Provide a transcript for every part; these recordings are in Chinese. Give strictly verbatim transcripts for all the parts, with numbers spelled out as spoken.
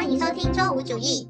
欢迎收听周五主义。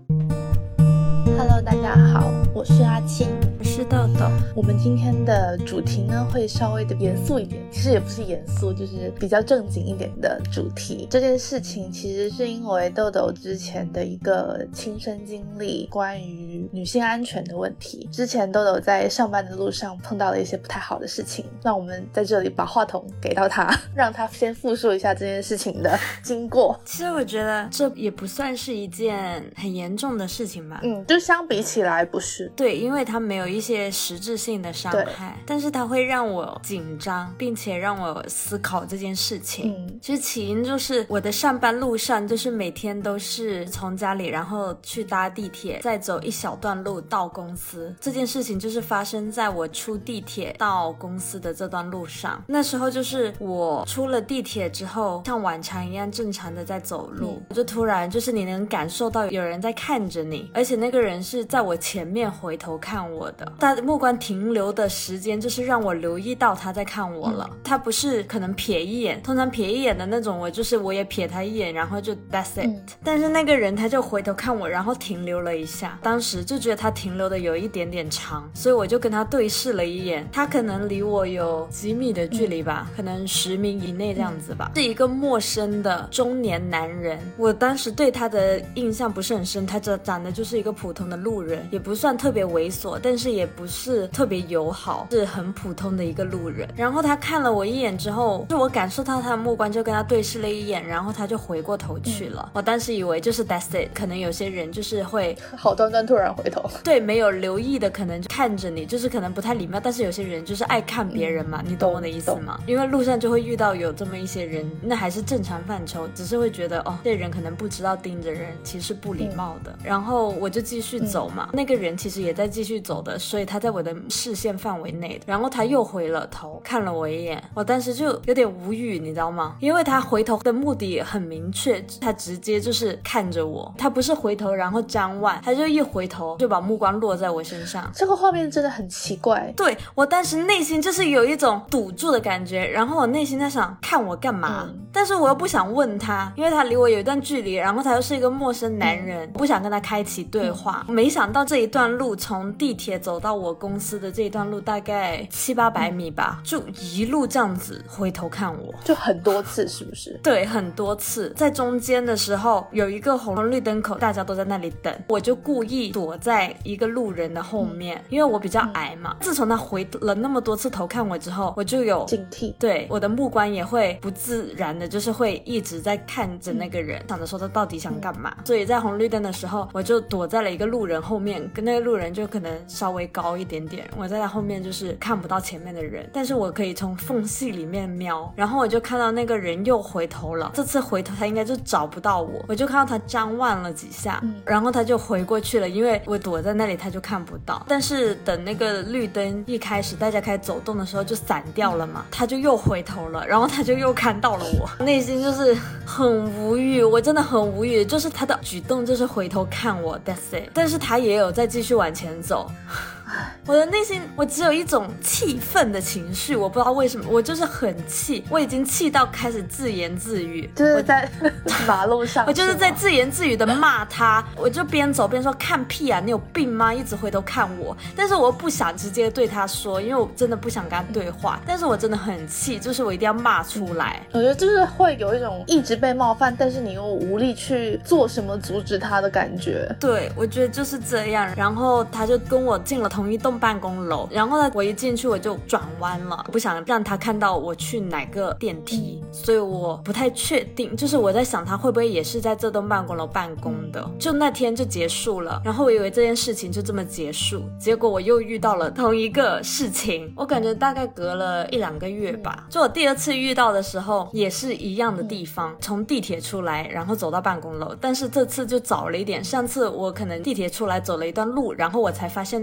Hello， 大家好，我是阿庆， 我是豆豆。 我们今天的主题呢会稍微的严肃一点，其实也不是严肃，就是比较正经一点的主题。这件事情其实是因为豆豆之前的一个亲身经历，关于女性安全的问题。之前豆豆在上班的路上碰到了一些不太好的事情，那我们在这里把话筒给到他，让他先复述一下这件事情的经过。 其实我觉得这也不算是一件很严重的事情吧。 嗯，就相比起来不是。 对，因为它没有一些实质性的伤害，但是它会让我紧张，并且让我思考这件事情。嗯，其实起因就是我的上班路上，就是每天都是从家里然后去搭地铁，再走一小段路到公司。这件事情就是发生在我出地铁到公司的这段路上。那时候就是我出了地铁之后，像往常一样正常的在走路，嗯，就突然就是你能感受到有人在看着你，而且那个人是在我前面回头看我的，他的目光停留的时间就是让我留意到他在看我了。嗯，他不是可能瞥一眼，通常瞥一眼的那种，我就是我也瞥他一眼，然后就 that's it。嗯，但是那个人他就回头看我，然后停留了一下，当时就觉得他停留的有一点点长，所以我就跟他对视了一眼。他可能离我有几米的距离吧，嗯，可能十米以内这样子吧，是一个陌生的中年男人。我当时对他的印象不是很深，他长得就是一个普通的路人，也不算特别猥琐，但是也不是特别友好，是很普通的一个路人。然后他看了我一眼之后，就我感受到他的目光，就跟他对视了一眼，然后他就回过头去了。嗯，我当时以为就是 that's it， 可能有些人就是会好端端突然回头， 对，没有留意的可能看着你，就是可能不太礼貌，但是有些人就是爱看别人嘛，嗯，你懂我的意思吗？因为路上就会遇到有这么一些人，那还是正常范畴，只是会觉得哦，这人可能不知道盯着人，其实是不礼貌的。嗯，然后我就继续走嘛，嗯，那个人其实也在继续走的，所以他在我的视线范围内的。然后他又回了头看了我一眼，我当时就有点无语，你知道吗？因为他回头的目的很明确，他直接就是看着我，他不是回头然后张望，他就一回头就把目光落在我身上。 这个画面真的很奇怪。 对，我当时内心就是有一种堵住的感觉，然后我内心在想看我干嘛，嗯，但是我又不想问他，因为他离我有一段距离，然后他又是一个陌生男人，嗯，不想跟他开启对话。嗯，没想到这一段路从地铁走到我公司的这一段路大概七八百米吧，就一路这样子回头看我， 就很多次是不是？ 对，很多次。在中间的时候有一个红绿灯口，大家都在那里等，我就故意躲在一个路人的后面，嗯，因为我比较矮嘛，嗯，自从他回了那么多次头看我之后，我就有警惕， 对，我的目光也会不自然的就是会一直在看着那个人，嗯，想着说他到底想干嘛，嗯，所以在红绿灯的时候我就躲在了一个路人后面，跟那个路人就可能稍微高一点点，我在他后面就是看不到前面的人，但是我可以从缝隙里面瞄，然后我就看到那个人又回头了，这次回头他应该就找不到我，我就看到他张望了几下，嗯，然后他就回过去了，因为我躲在那里他就看不到，但是等那个绿灯一开始大家开始走动的时候就散掉了嘛，他就又回头了，然后他就又看到了我，内心就是很无语，我真的很无语，就是他的举动就是回头看我 that's it， 但是他也有在继续往前走。我的内心我只有一种气愤的情绪，我不知道为什么，我就是很气，我已经气到开始自言自语， 就是在马路上我就是在自言自语的骂他，我就边走边说看屁啊，你有病吗，一直回头看我，但是我又不想直接对他说，因为我真的不想跟他对话，但是我真的很气，就是我一定要骂出来。 我觉得就是会有一种一直被冒犯，但是你又无力去做什么阻止他的感觉。 对，我觉得就是这样。然后他就跟我进了同一栋办公楼，然后呢我一进去我就转弯了，不想让他看到我去哪个电梯，所以我不太确定，就是我在想他会不会也是在这栋办公楼办公的。就那天就结束了，然后我以为这件事情就这么结束，结果我又遇到了同一个事情，我感觉大概隔了一两个月吧，就我第二次遇到的时候也是一样的地方，从地铁出来然后走到办公楼，但是这次就早了一点，上次我可能地铁出来走了一段路，然后我才发现那个人在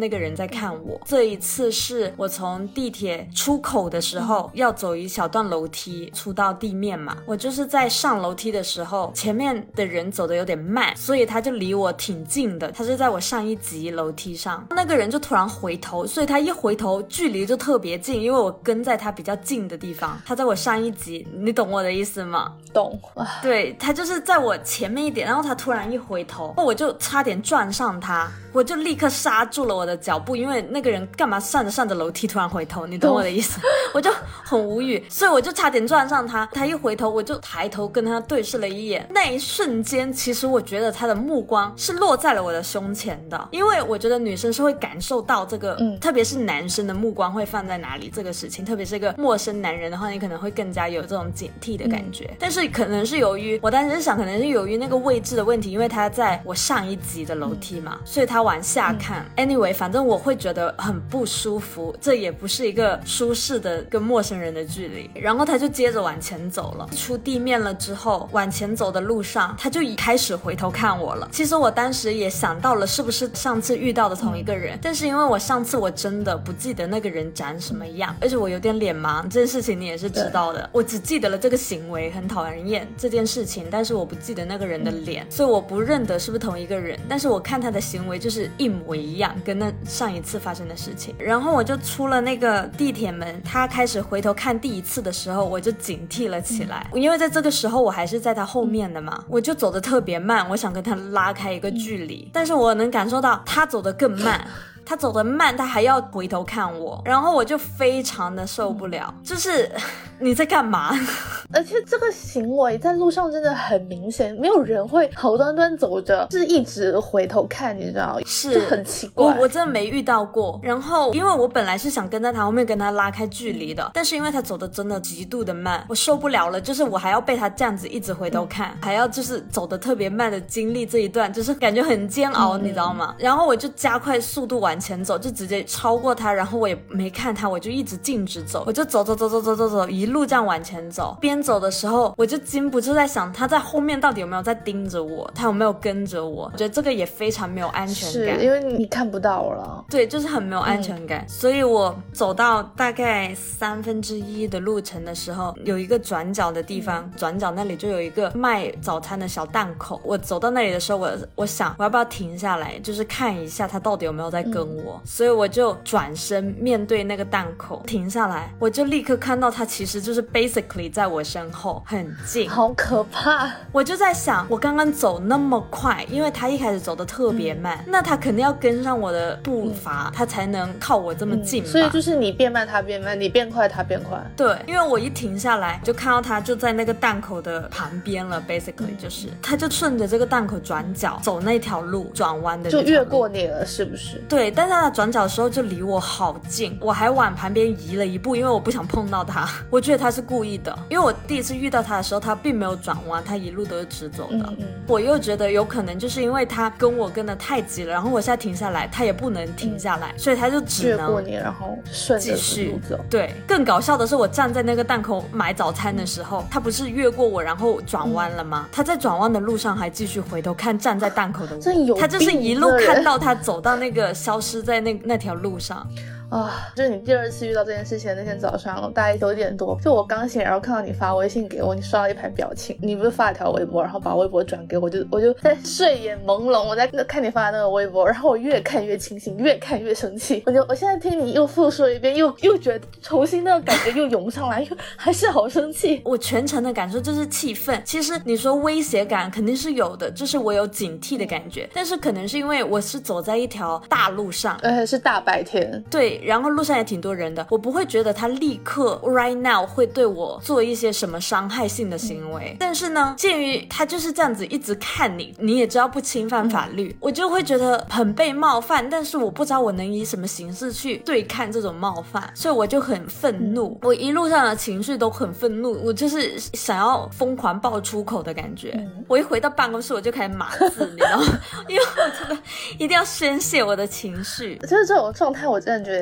在看我。这一次是我从地铁出口的时候要走一小段楼梯出到地面嘛，我就是在上楼梯的时候前面的人走的有点慢，所以他就离我挺近的，他是在我上一级楼梯上，那个人就突然回头，所以他一回头距离就特别近，因为我跟在他比较近的地方，他在我上一级，你懂我的意思吗？ 懂。 对，他就是在我前面一点，然后他突然一回头，我就差点撞上他，我就立刻刹住了我的脚步，因为那个人干嘛上着上着楼梯突然回头，你懂我的意思？我就很无语，所以我就差点撞上他，他一回头我就抬头跟他对视了一眼，那一瞬间其实我觉得他的目光是落在了我的胸前的，因为我觉得女生是会感受到这个、嗯、特别是男生的目光会放在哪里这个事情，特别是一个陌生男人的话，你可能会更加有这种警惕的感觉、嗯、但是可能是由于我当时想可能是由于那个位置的问题，因为他在我上一级的楼梯嘛、嗯、所以他往下看、嗯、anyway 反正我会觉得很不舒服，这也不是一个舒适的跟陌生人的距离，然后他就接着往前走了，出地面了之后往前走的路上他就开始回头看我了。其实我当时也想到了是不是上次遇到的同一个人、嗯、但是因为我上次我真的不记得那个人长什么样，而且我有点脸盲，这件事情你也是知道的，我只记得了这个行为很讨人厌这件事情，但是我不记得那个人的脸、嗯、所以我不认得是不是同一个人，但是我看他的行为就是一模一样，跟那上一次发生的事情。然后我就出了那个地铁门，他开始回头看第一次的时候我就警惕了起来、嗯、因为在这个时候我还是在他后面的嘛，我就走得特别慢，我想跟他拉开一个距离、嗯、但是我能感受到他走得更慢他走得慢，他还要回头看我，然后我就非常的受不了、嗯、就是你在干嘛？ 而且这个行为在路上真的很明显，没有人会好端端走着是一直回头看，你知道， 是就很奇怪。 我我真的没遇到过。然后因为我本来是想跟在他后面跟他拉开距离的，但是因为他走的真的极度的慢，我受不了了，就是我还要被他这样子一直回头看、嗯、还要就是走的特别慢的经历这一段，就是感觉很煎熬、嗯、你知道吗？然后我就加快速度往前走，就直接超过他，然后我也没看他，我就一直径直走，我就走走走走走走走一路这样往前走。边走的时候我就禁不住在想他在后面到底有没有在盯着我，他有没有跟着我，我觉得这个也非常没有安全感， 是因为你看不到了， 对，就是很没有安全感、嗯、所以我走到大概三分之一的路程的时候，有一个转角的地方、嗯、转角那里就有一个卖早餐的小档口，我走到那里的时候我我想我要不要停下来就是看一下他到底有没有在跟我、嗯、所以我就转身面对那个档口停下来，我就立刻看到他其实就是 basically 在我身后很近， 好可怕。 我就在想我刚刚走那么快，因为他一开始走得特别慢、嗯、那他肯定要跟上我的步伐、嗯、他才能靠我这么近吧、 嗯、所以就是你变慢他变慢，你变快他变快。 对，因为我一停下来就看到他就在那个档口的旁边了 basically 就是、嗯、他就顺着这个档口转角走那条路转弯的那条路就越过你了是不是？ 对，但是他转角的时候就离我好近，我还往旁边移了一步，因为我不想碰到他，我觉得他是故意的，因为我第一次遇到他的时候他并没有转弯，他一路都是直走的、嗯嗯、我又觉得有可能就是因为他跟我跟得太急了，然后我现在停下来他也不能停下来、嗯、所以他就只能越过你然后顺着路走。 对，更搞笑的是我站在那个档口买早餐的时候、嗯、他不是越过我然后转弯了吗、嗯、他在转弯的路上还继续回头看站在档口的我，他就是一路看到他走到那个消失在那那条路上啊，就是你第二次遇到这件事情的那天早上大概九点多，就我刚醒，然后看到你发微信给我，你刷了一排表情，你不是发了条微博然后把微博转给我，就我就在睡眼朦胧，我在看你发的那个微博，然后我越看越清醒，越看越生气，我就我现在听你又复述一遍，又又觉得重新那个感觉又涌上来，又还是好生气。 我全程的感受就是气愤，其实你说威胁感肯定是有的，就是我有警惕的感觉，但是可能是因为我是走在一条大路上， 而且是大白天， 对，然后路上也挺多人的，我不会觉得他立刻 right now 会对我做一些什么伤害性的行为、嗯、但是呢鉴于他就是这样子一直看你，你也知道不侵犯法律、嗯、我就会觉得很被冒犯，但是我不知道我能以什么形式去对抗这种冒犯，所以我就很愤怒、嗯、我一路上的情绪都很愤怒，我就是想要疯狂爆出口的感觉、嗯、我一回到办公室我就开始码字你知道吗因为我真的一定要宣泄我的情绪， 就是这种状态我真的觉得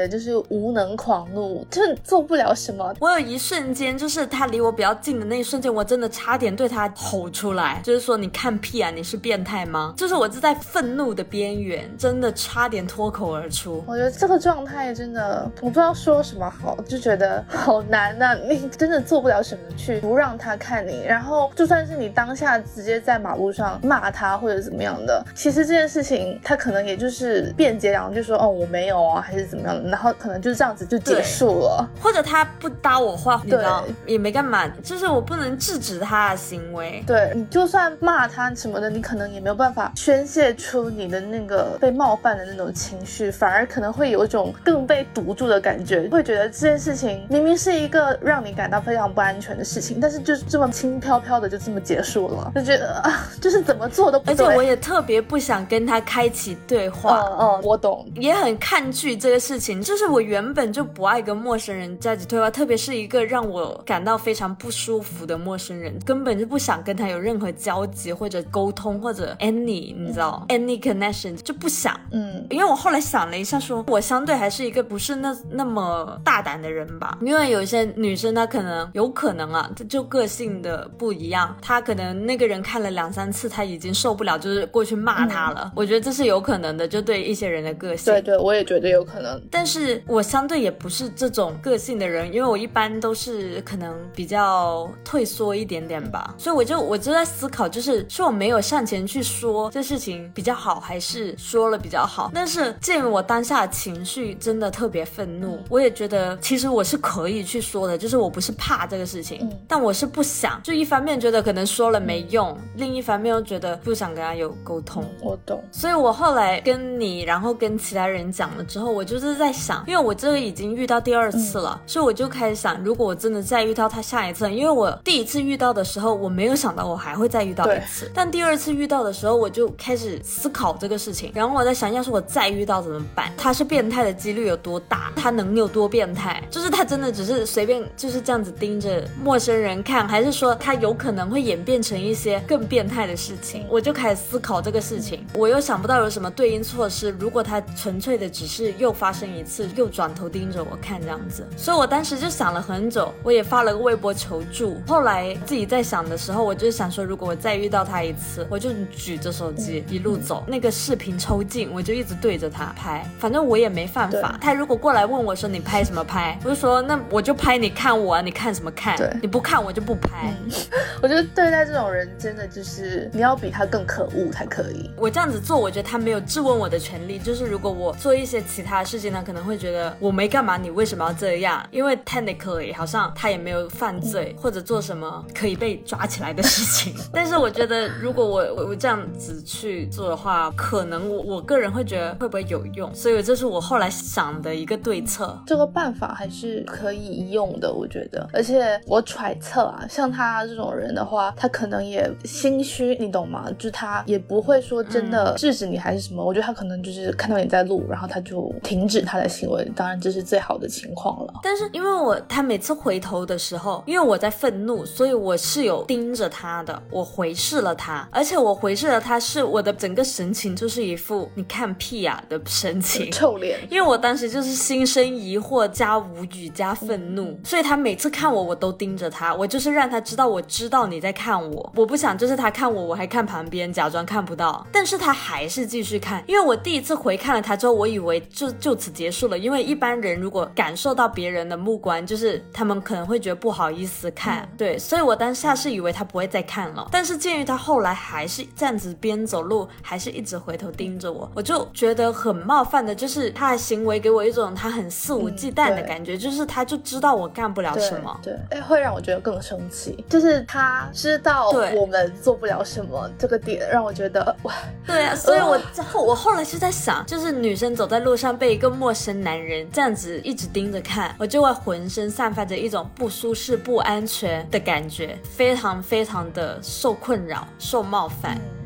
的就是无能狂怒，就是做不了什么。 我有一瞬间就是他离我比较近的那一瞬间，我真的差点对他吼出来，就是说你看屁啊，你是变态吗？就是我是在愤怒的边缘，真的差点脱口而出。 我觉得这个状态真的我不知道说什么好，就觉得好难啊，你真的做不了什么去不让他看你，然后就算是你当下直接在马路上骂他或者怎么样的，其实这件事情他可能也就是辩解两句说哦我没有啊还是怎么样的，然后可能就这样子就结束了， 或者他不搭我话，你知道也没干嘛，就是我不能制止他的行为。 对，你就算骂他什么的，你可能也没有办法宣泄出你的那个被冒犯的那种情绪，反而可能会有一种更被堵住的感觉，会觉得这件事情明明是一个让你感到非常不安全的事情，但是就是这么轻飘飘的就这么结束了，就觉得啊，就是怎么做都不对。 而且我也特别不想跟他开启对话。 嗯嗯，我懂， 也很抗拒这个事情，就是我原本就不爱跟陌生人在一起对话，特别是一个让我感到非常不舒服的陌生人，根本就不想跟他有任何交集或者沟通或者 any 你知道、嗯、any connection 就不想。嗯，因为我后来想了一下说，我相对还是一个不是那那么大胆的人吧，因为有一些女生她可能有可能啊，就个性的不一样，她可能那个人看了两三次她已经受不了，就是过去骂他了、嗯、我觉得这是有可能的，就对一些人的个性。 对对，我也觉得有可能， 但是我相对也不是这种个性的人，因为我一般都是可能比较退缩一点点吧，所以我就我就在思考，就是是我没有上前去说这事情比较好，还是说了比较好。但是鉴于我当下的情绪真的特别愤怒，我也觉得其实我是可以去说的，就是我不是怕这个事情、嗯、但我是不想，就一方面觉得可能说了没用、嗯、另一方面又觉得不想跟他有沟通、嗯、 我懂。 所以我后来跟你然后跟其他人讲了之后，我就是在想，因为我这个已经遇到第二次了、嗯、所以我就开始想，如果我真的再遇到他下一次，因为我第一次遇到的时候我没有想到我还会再遇到一次，但第二次遇到的时候我就开始思考这个事情，然后我在想，要是我再遇到怎么办，他是变态的几率有多大，他能有多变态，就是他真的只是随便就是这样子盯着陌生人看，还是说他有可能会演变成一些更变态的事情。我就开始思考这个事情，我又想不到有什么对应措施，如果他纯粹的只是又发生一次又转头盯着我看这样子，所以我当时就想了很久，我也发了个微博求助。后来自己在想的时候，我就想说，如果我再遇到他一次，我就举着手机一路走，那个视频抽近我就一直对着他拍，反正我也没犯法。他如果过来问我说你拍什么拍，我就说那我就拍你看我啊，你看什么看，你不看我就不拍、嗯、 我觉得对待这种人真的就是你要比他更可恶才可以。 我这样子做，我觉得他没有质问我的权利，就是如果我做一些其他的事情，他可能会觉得我没干嘛，你为什么要这样，因为 technically 好像他也没有犯罪、嗯、或者做什么可以被抓起来的事情但是我觉得如果我我我这样子去做的话，可能我我个人会觉得会不会有用，所以这是我后来想的一个对策。 这个办法还是可以用的我觉得，而且我揣测啊，像他这种人的话，他可能也心虚，你懂吗，就是他也不会说真的制止你还是什么、嗯、我觉得他可能就是看到你在录，然后他就停止他的行为，当然这是最好的情况了。 但是因为我他每次回头的时候，因为我在愤怒，所以我是有盯着他的，我回视了他，而且我回视了他是我的整个神情就是一副你看屁啊的神情， 臭脸， 因为我当时就是心生疑惑加无语加愤怒、嗯、所以他每次看我我都盯着他，我就是让他知道我知道你在看我，我不想就是他看我我还看旁边假装看不到，但是他还是继续看。因为我第一次回看了他之后，我以为就就此结束了，因为一般人如果感受到别人的目光，就是他们可能会觉得不好意思看、嗯、对，所以我当下是以为他不会再看了，但是鉴于他后来还是这样子边走路还是一直回头盯着我，我就觉得很冒犯的，就是他的行为给我一种他很肆无忌惮的感觉、嗯、就是他就知道我干不了什么， 对，对，会让我觉得更生气，就是他知道我们做不了什么，这个点让我觉得哇， 对啊，所以我后我后来就在想，就是女生走在路上被一个陌生男人这样子一直盯着看，我就会浑身散发着一种不舒适不安全的感觉，非常非常的受困扰受冒犯、嗯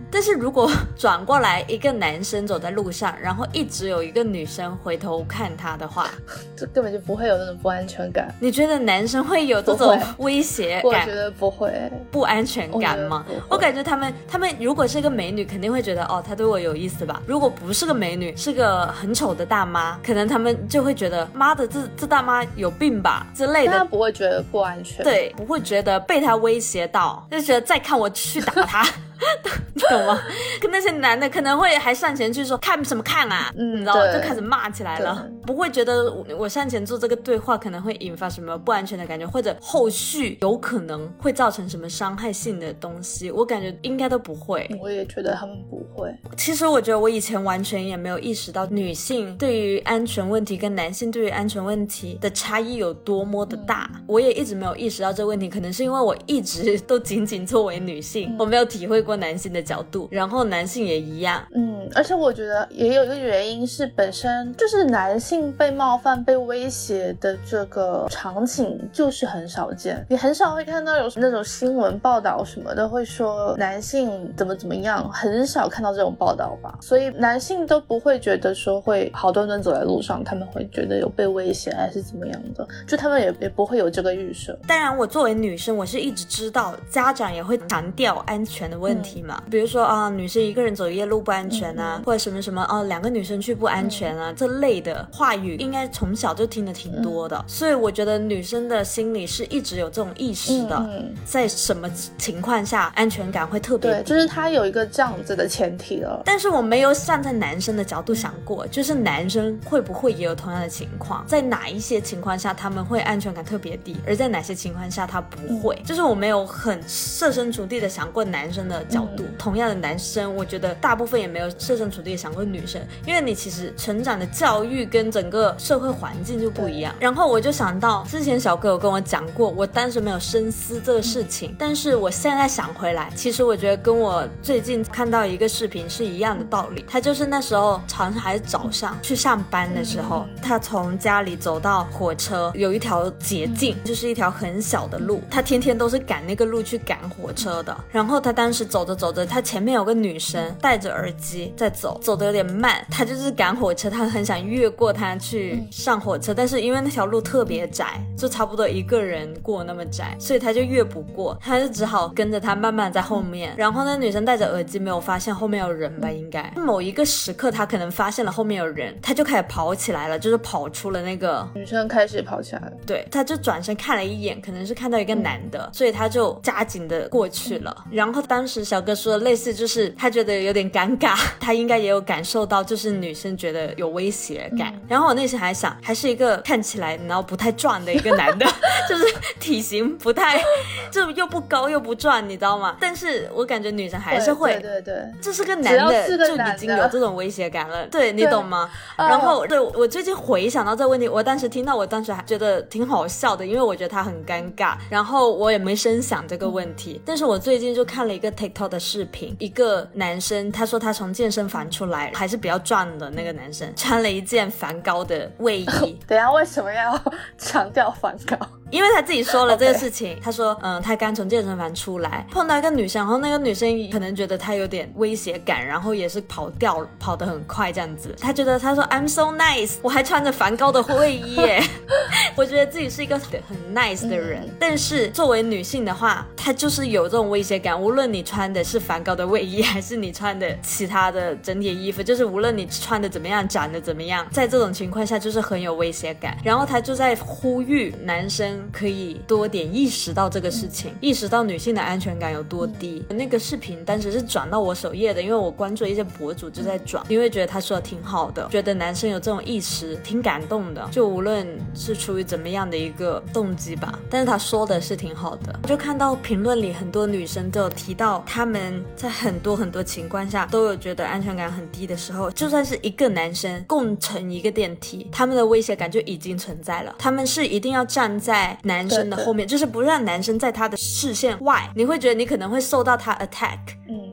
但是如果转过来一个男生走在路上，然后一直有一个女生回头看他的话， 这根本就不会有那种不安全感。 你觉得男生会有这种威胁感？ 我觉得不会。 不安全感吗？ 我, 我感觉他们他们如果是个美女肯定会觉得哦她对我有意思吧，如果不是个美女是个很丑的大妈，可能他们就会觉得妈的这这大妈有病吧之类的， 他不会觉得不安全， 对，不会觉得被他威胁到，就觉得再看我去打他你懂吗？跟那些男的可能会还上前去说看什么看啊，嗯，你知道就开始骂起来了，不会觉得我, 我上前做这个对话可能会引发什么不安全的感觉，或者后续有可能会造成什么伤害性的东西，我感觉应该都不会。 我也觉得他们不会。 其实我觉得我以前完全也没有意识到女性对于安全问题跟男性对于安全问题的差异有多么的大、嗯、我也一直没有意识到这个问题，可能是因为我一直都仅仅作为女性、嗯、我没有体会过男性的角度，然后男性也一样。 嗯，而且我觉得也有一个原因是本身就是男性被冒犯被威胁的这个场景就是很少见，你很少会看到有那种新闻报道什么的会说男性怎么怎么样，很少看到这种报道吧，所以男性都不会觉得说会好端端走在路上他们会觉得有被威胁还是怎么样的，就他们也也不会有这个预设。 当然我作为女生我是一直知道家长也会强调安全的问题嘛、嗯、比如说啊、呃，女生一个人走夜路不安全啊、嗯、或者什么什么哦，两个女生去不安全啊、嗯、这类的话语应该从小就听得挺多的、嗯、所以我觉得女生的心里是一直有这种意识的、嗯、在什么情况下安全感会特别低， 对，就是他有一个这样子的前提了。 但是我没有站在男生的角度想过，就是男生会不会也有同样的情况，在哪一些情况下他们会安全感特别低，而在哪些情况下他不会、嗯、就是我没有很设身处地的想过男生的角度、嗯、同样的男生我觉得大部分也没有设身处地的想过女生，因为你其实成长的教育跟整个社会环境就不一样。然后我就想到之前小哥有跟我讲过，我当时没有深思这个事情、嗯、但是我现在想回来，其实我觉得跟我最近看到一个视频是一样的道理。他就是那时候常常还是早上去上班的时候、嗯、他从家里走到火车有一条捷径、嗯、就是一条很小的路，他天天都是赶那个路去赶火车的。然后他当时走着走着，他前面有个女生戴着耳机在走，走得有点慢，他就是赶火车，他很想越过他去上火车、嗯、但是因为那条路特别窄，就差不多一个人过那么窄，所以他就越不过，他就只好跟着他慢慢在后面。然后那女生戴着耳机没有发现后面有人吧，应该某一个时刻他可能发现了后面有人，他就开始跑起来了，就是跑出了那个女生开始跑起来了， 对，他就转身看了一眼，可能是看到一个男的、嗯、所以他就加紧的过去了、嗯、然后当时小哥说类似就是他觉得有点尴尬，他应该也有感受到就是女生觉得有威胁感、嗯、然后我内心还想还是一个看起来然后不太壮的一个男的就是体型不太就又不高又不壮你知道吗，但是我感觉女生还是会， 对对对对， 这是个男的就已经有这种威胁感了，对，你懂吗？然后对我最近回想到这个问题，我当时听到我当时还觉得挺好笑的，因为我觉得他很尴尬，然后我也没深想这个问题、嗯、但是我最近就看了一个 TikTok 的视频，一个男生他说他从健身房出来，还是比较壮的那个男生，穿了一件梵高的卫衣等一下为什么要强调梵高？ 因为他自己说了这个事情、okay. 他说嗯，他刚从健身房出来碰到一个女生，然后那个女生可能觉得他有点威胁感，然后也是跑掉跑得很快这样子，他觉得他说 I'm so nice 我还穿着梵高的卫衣耶我觉得自己是一个很 nice 的人、嗯、但是作为女性的话她就是有这种威胁感，无论你穿的是梵高的卫衣还是你穿的其他的整体衣服，就是无论你穿的怎么样长得怎么样，在这种情况下就是很有威胁感。然后他就在呼吁男生可以多点意识到这个事情、嗯、意识到女性的安全感有多低、嗯、那个视频当时是转到我首页的，因为我关注一些博主就在转，因为觉得他说的挺好的，觉得男生有这种意识挺感动的，就无论是出于怎么样的一个动机吧，但是他说的是挺好的。我就看到评论里很多女生都有提到他们在很多很多情况下都有觉得安全感很低的时候，就算是一个男生共乘一个电梯，他们的威胁感就已经存在了，他们是一定要站在男生的后面，就是不让男生在他的视线外，你会觉得你可能会受到他 attack。 嗯，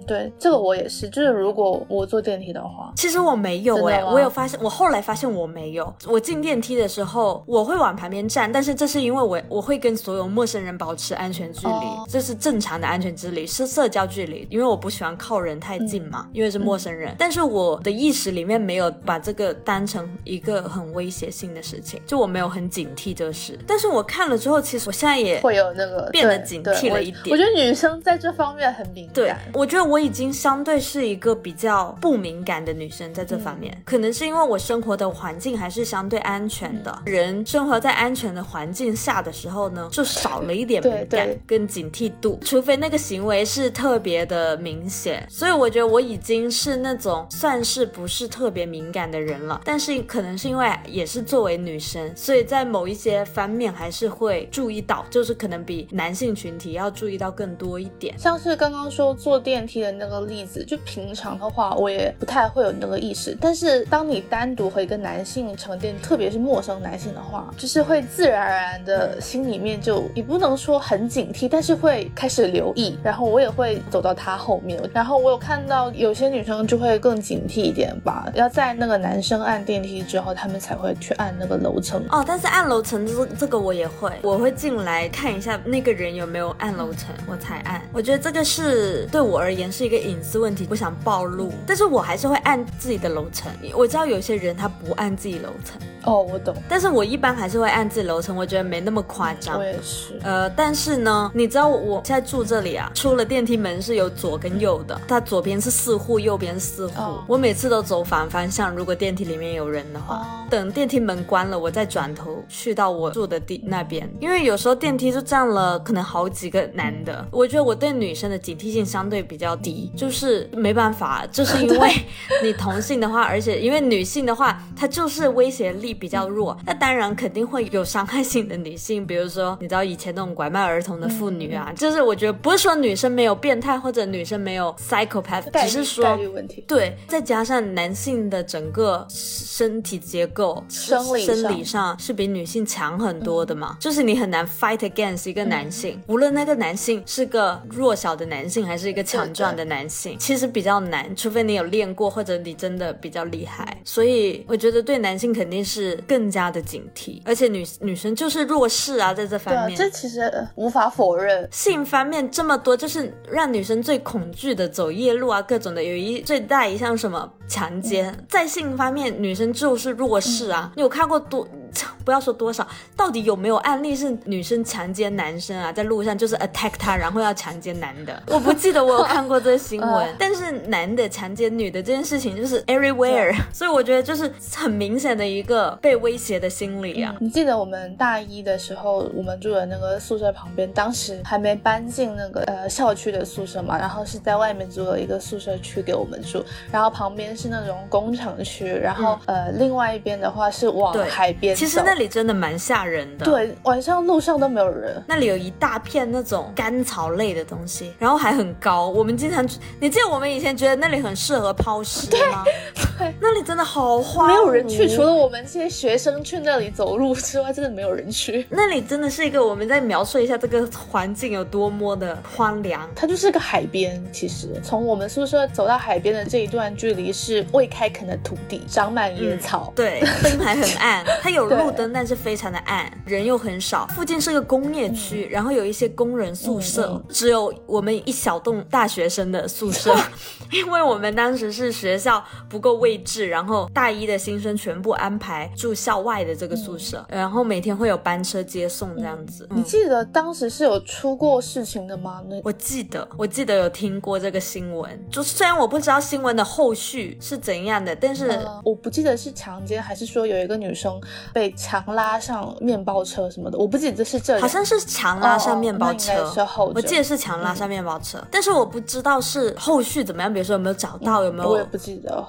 对，这个我也是，就是如果我坐电梯的话。 其实我没有哎、欸，我有发现，我后来发现我没有。我进电梯的时候，我会往旁边站，但是这是因为我我会跟所有陌生人保持安全距离，哦、这是正常的安全距离，是社交距离，因为我不喜欢靠人太近嘛，嗯、因为是陌生人。嗯、但是我的意识里面没有把这个当成一个很威胁性的事情，就我没有很警惕这事。但是我看了之后，其实我现在也会有那个变得警惕了一点。 我, 我觉得女生在这方面很敏感。 对，我觉得我已经相对是一个比较不敏感的女生在这方面，嗯、可能是因为我生活的环境还是相对安全的，嗯、人生活在安全的环境下的时候呢，就少了一点敏感跟警惕度，除非那个行为是特别的明显。所以我觉得我已经是那种算是不是特别敏感的人了，但是可能是因为也是作为女生，所以在某一些方面还是会注意到，就是可能比男性群体要注意到更多一点。 像是刚刚说坐电梯的那个例子，就平常的话我也不太会有那个意识，但是当你单独和一个男性乘电，特别是陌生男性的话，就是会自然而然的心里面就也不能说很警惕，但是会开始留意，然后我也会走到他后面，然后我有看到有些女生就会更警惕一点吧，要在那个男生按电梯之后他们才会去按那个楼层。 哦，但是按楼层这这个我也会，我会进来看一下那个人有没有按楼层我才按。我觉得这个是对我而言是一个隐私问题，不想暴露，但是我还是会按自己的楼层。我知道有些人他不按自己楼层。 哦，我懂， 但是我一般还是会按自己楼层，我觉得没那么夸张。 我也是。 呃，但是呢，你知道我现在住这里啊，出了电梯门是有左跟右的，它左边是四户，右边是四户。哦、我每次都走反方向，如果电梯里面有人的话，哦、等电梯门关了，我再转头去到我住的地那边，因为有时候电梯就站了可能好几个男的，嗯、我觉得我对女生的警惕性相对比较低，就是没办法，就是因为你同性的话，而且因为女性的话，她就是威胁力比较弱，那当然肯定会有伤害性的女性，比如说你知道以前那种拐卖儿童的妇女啊，嗯、就是我觉得不是说女生没有变态或者女生没有 psychopath， 只是说概率问题。 对，再加上男性的整个身体结构生理上生理上是比女性强很多的嘛，嗯、就是你很难 fight against 一个男性，嗯、无论那个男性是个弱小的男性还是一个强壮的男性，其实比较难，除非你有练过或者你真的比较厉害。所以我觉得对男性肯定是更加的警惕，而且女女生就是弱势啊，在这方面。 对，这其实无法否认。 性方面这么多，就是让女生最恐惧的走夜路啊，各种的，有一最大一项什么强奸，嗯、在性方面女生就是弱势啊。嗯、你有看过多？不要说多少，到底有没有案例是女生强奸男生啊，在路上就是 attack 他，然后要强奸男的？我不记得我有看过这个新闻。呃、但是男的强奸女的这件事情就是 everywhere， 所以我觉得就是很明显的一个被威胁的心理啊。 嗯、你记得我们大一的时候，我们住的那个宿舍旁边，当时还没搬进那个呃校区的宿舍嘛，然后是在外面租了一个宿舍区给我们住，然后旁边是那种工厂区，然后、嗯、呃另外一边的话是往海边走。 其实那里真的蛮吓人的， 对，晚上路上都没有人， 那里有一大片那种干草类的东西，然后还很高，我们经常，你记得我们以前觉得那里很适合抛尸吗？ 对， 那里真的好荒芜， 没有人去，除了我们这些学生去那里走路之外，真的没有人去。 那里真的是一个，我们再描述一下这个环境有多么的荒凉。 它就是个海边，其实从我们宿舍走到海边的这一段距离是未开垦的土地，长满野草， 嗯、对，灯还很暗，它有路灯，但是非常的暗，人又很少，附近是个工业区，嗯、然后有一些工人宿舍，嗯嗯、只有我们一小栋大学生的宿舍，因为我们当时是学校不够位置，然后大一的新生全部安排住校外的这个宿舍，嗯、然后每天会有班车接送这样子。 嗯、你记得当时是有出过事情的吗？ 我记得，我记得有听过这个新闻，就虽然我不知道新闻的后续是怎样的，但是、 呃、我不记得是强奸还是说有一个女生被强拉上面包车什么的，我不记得是这， 好像是强拉上面包车， 哦、是后者， 我记得是强拉上面包车，嗯、但是我不知道是后续怎么样，比如说有没有找到，嗯、有没有我也不记得后续带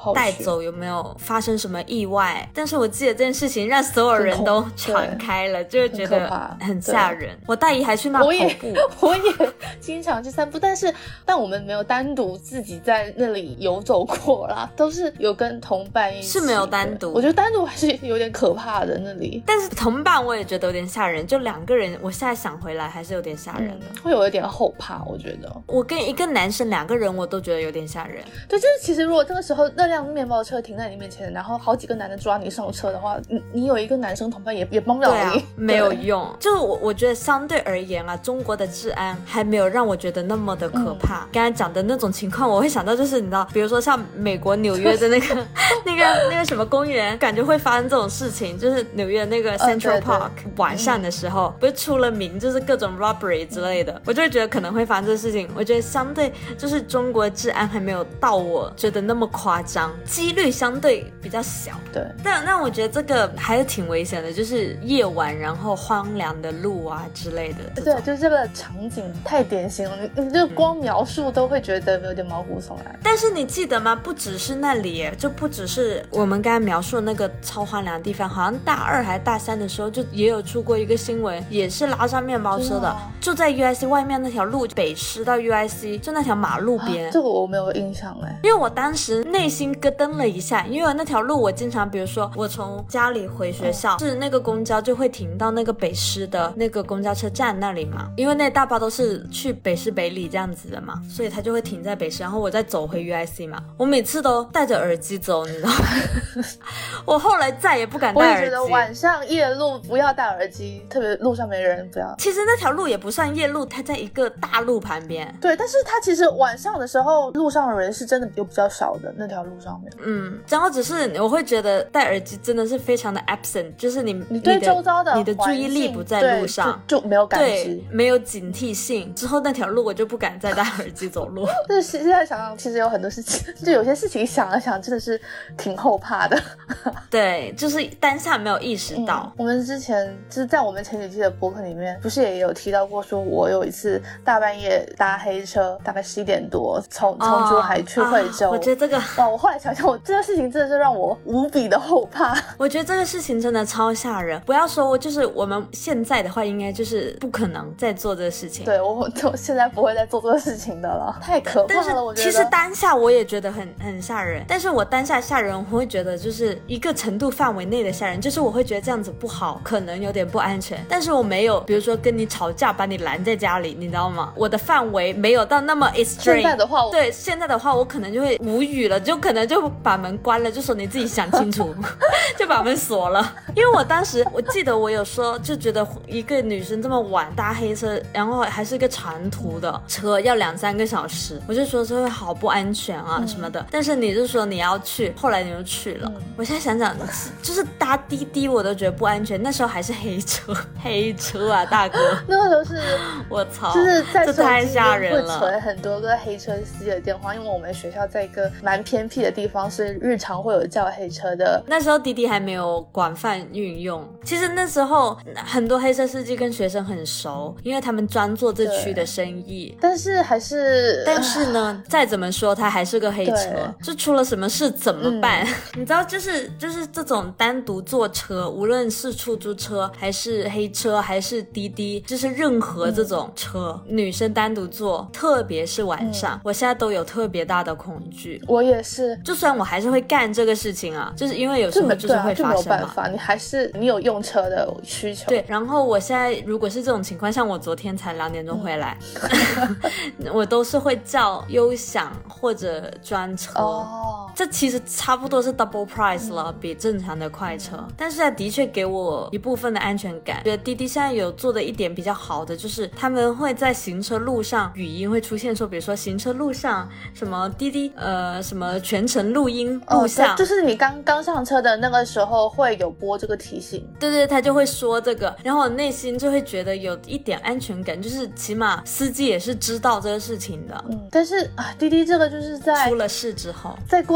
走有没有发生什么意外，但是我记得这件事情让所有人都传开了，就会觉得很吓人。我大姨还去那跑步， 我也我也经常去散步，但是但我们没有单独自己在那里游走过啦，都是有跟同伴一起。 是没有单独， 我觉得单独还是有点可怕的那里。 但是同伴我也觉得有点吓人，就两个人，我现在想回来还是有点吓人的、 嗯，会有一点后怕。我觉得我跟一个男生两个人我都觉得有点吓人。 对，就是其实如果这个时候那辆面包车停在你面前，然后好几个男的抓你上车的话，你你有一个男生同伴也也帮不了你， 对啊，没有用。就是我我觉得相对而言啊，中国的治安还没有让我觉得那么的可怕。嗯、刚才讲的那种情况，我会想到就是你知道，比如说像美国纽约的那个那个那个什么公园，感觉会发生这种事情，就是纽约那个 Central Park、嗯、晚上的时候、嗯、不是出了名就是各种 robbery 之类的、嗯、我就会觉得可能会发生这事情。我觉得相对就是中国治安还没有到我觉得那么夸张，几率相对比较小。 对， 但那我觉得这个还是挺危险的，就是夜晚然后荒凉的路啊之类的。 对，就是这个场景太典型了，你你就光描述都会觉得有点毛骨悚然、嗯、 但是你记得吗？不只是那里耶，就不只是我们刚才描述的那个超荒凉的地方，好像大二还大三的时候就也有出过一个新闻，也是拉上面包车的、啊、就在 U I C 外面那条路，北师到 U I C 就那条马路边、 啊、这个我没有印象哎， 因为我当时内心咯噔了一下，因为那条路我经常比如说我从家里回学校、哦、是那个公交就会停到那个北师的那个公交车站那里嘛，因为那大巴都是去北师北里这样子的嘛，所以他就会停在北师，然后我再走回 U I C 嘛，我每次都戴着耳机走，你知道吗？我后来再也不敢戴耳机。 我也觉得晚上夜路不要戴耳机，特别路上没人不要。 其实那条路也不算夜路，它在一个大路旁边。 对，但是它其实晚上的时候路上的人是真的有比较少的，那条路上面。 嗯，然后只是我会觉得戴耳机真的是非常的 absent， 就是你你对周遭的你的注意力不在路上， 就, 就没有感知， 对，没有警惕性。之后那条路我就不敢再戴耳机走路。 就是现在想想，其实有很多事情，就有些事情想了想，真的是挺后怕的。 对，就是当下没有意识到。 嗯、我们之前就是在我们前几期的播客里面，不是也有提到过，说我有一次大半夜搭黑车，大概十一点多，从从珠海去惠州、 哦啊。我觉得这个哇，我后来想想，我这个事情真的是让我无比的后怕。 我觉得这个事情真的超吓人。不要说，就是我们现在的话，应该就是不可能再做这个事情。 对，我就现在不会再做这个事情的了，太可怕了。 但是我觉得其实当下我也觉得很很吓人，但是我当下吓人，我会觉得就是一个程度范围内的吓人，就是我会觉得这样子不好，可能有点不安全。但是我没有，比如说跟你吵架，把你拦在家里，你知道吗？我的范围没有到那么 extreme。 现在的话， 对，现在的话我可能就会无语了，就可能就把门关了，就说你自己想清楚，就把门锁了。因为我当时我记得我有说，就觉得一个女生这么晚搭黑车，然后还是一个长途的车，要两三个小时，我就说这会好不安全啊什么的。嗯、但是你就说你要去，后来你就去了。嗯、我现在想想，就是搭滴滴我都觉得不安全，那时候还是黑车，黑车啊大哥， 那个时候是我操， 就是在这太吓人了， 会存很多个黑车司机的电话，因为我们学校在一个蛮偏僻的地方，所以日常会有叫黑车的。 那时候滴滴还没有广泛运用，其实那时候很多黑车司机跟学生很熟，因为他们专做这区的生意。 但是还是， 但是呢，再怎么说他还是个黑车，就出了什么事怎么办？嗯、你知道，就是就是这种单独坐车，无论是出租车还是黑车还是滴滴，就是任何这种车，嗯、女生单独坐，特别是晚上，嗯、我现在都有特别大的恐惧。 我也是， 就算我还是会干这个事情啊，就是因为有时候就是会发生嘛， 就没有办法，你还是你有用车的需求。 对，然后我现在如果是这种情况，像我昨天才两点钟回来，嗯、我都是会叫优享或者专车。哦，这其实差不多是 double price 了，嗯、比正常的快车，但是它的确给我一部分的安全感。觉得滴滴现在有做的一点比较好的，就是他们会在行车路上语音会出现说，比如说行车路上什么滴滴呃什么全程录音录像， 哦、就是你刚刚上车的那个时候会有播这个提醒。 对对，他就会说这个，然后我内心就会觉得有一点安全感，就是起码司机也是知道这个事情的。 嗯，但是啊，滴滴这个就是在出了事之后， 在过去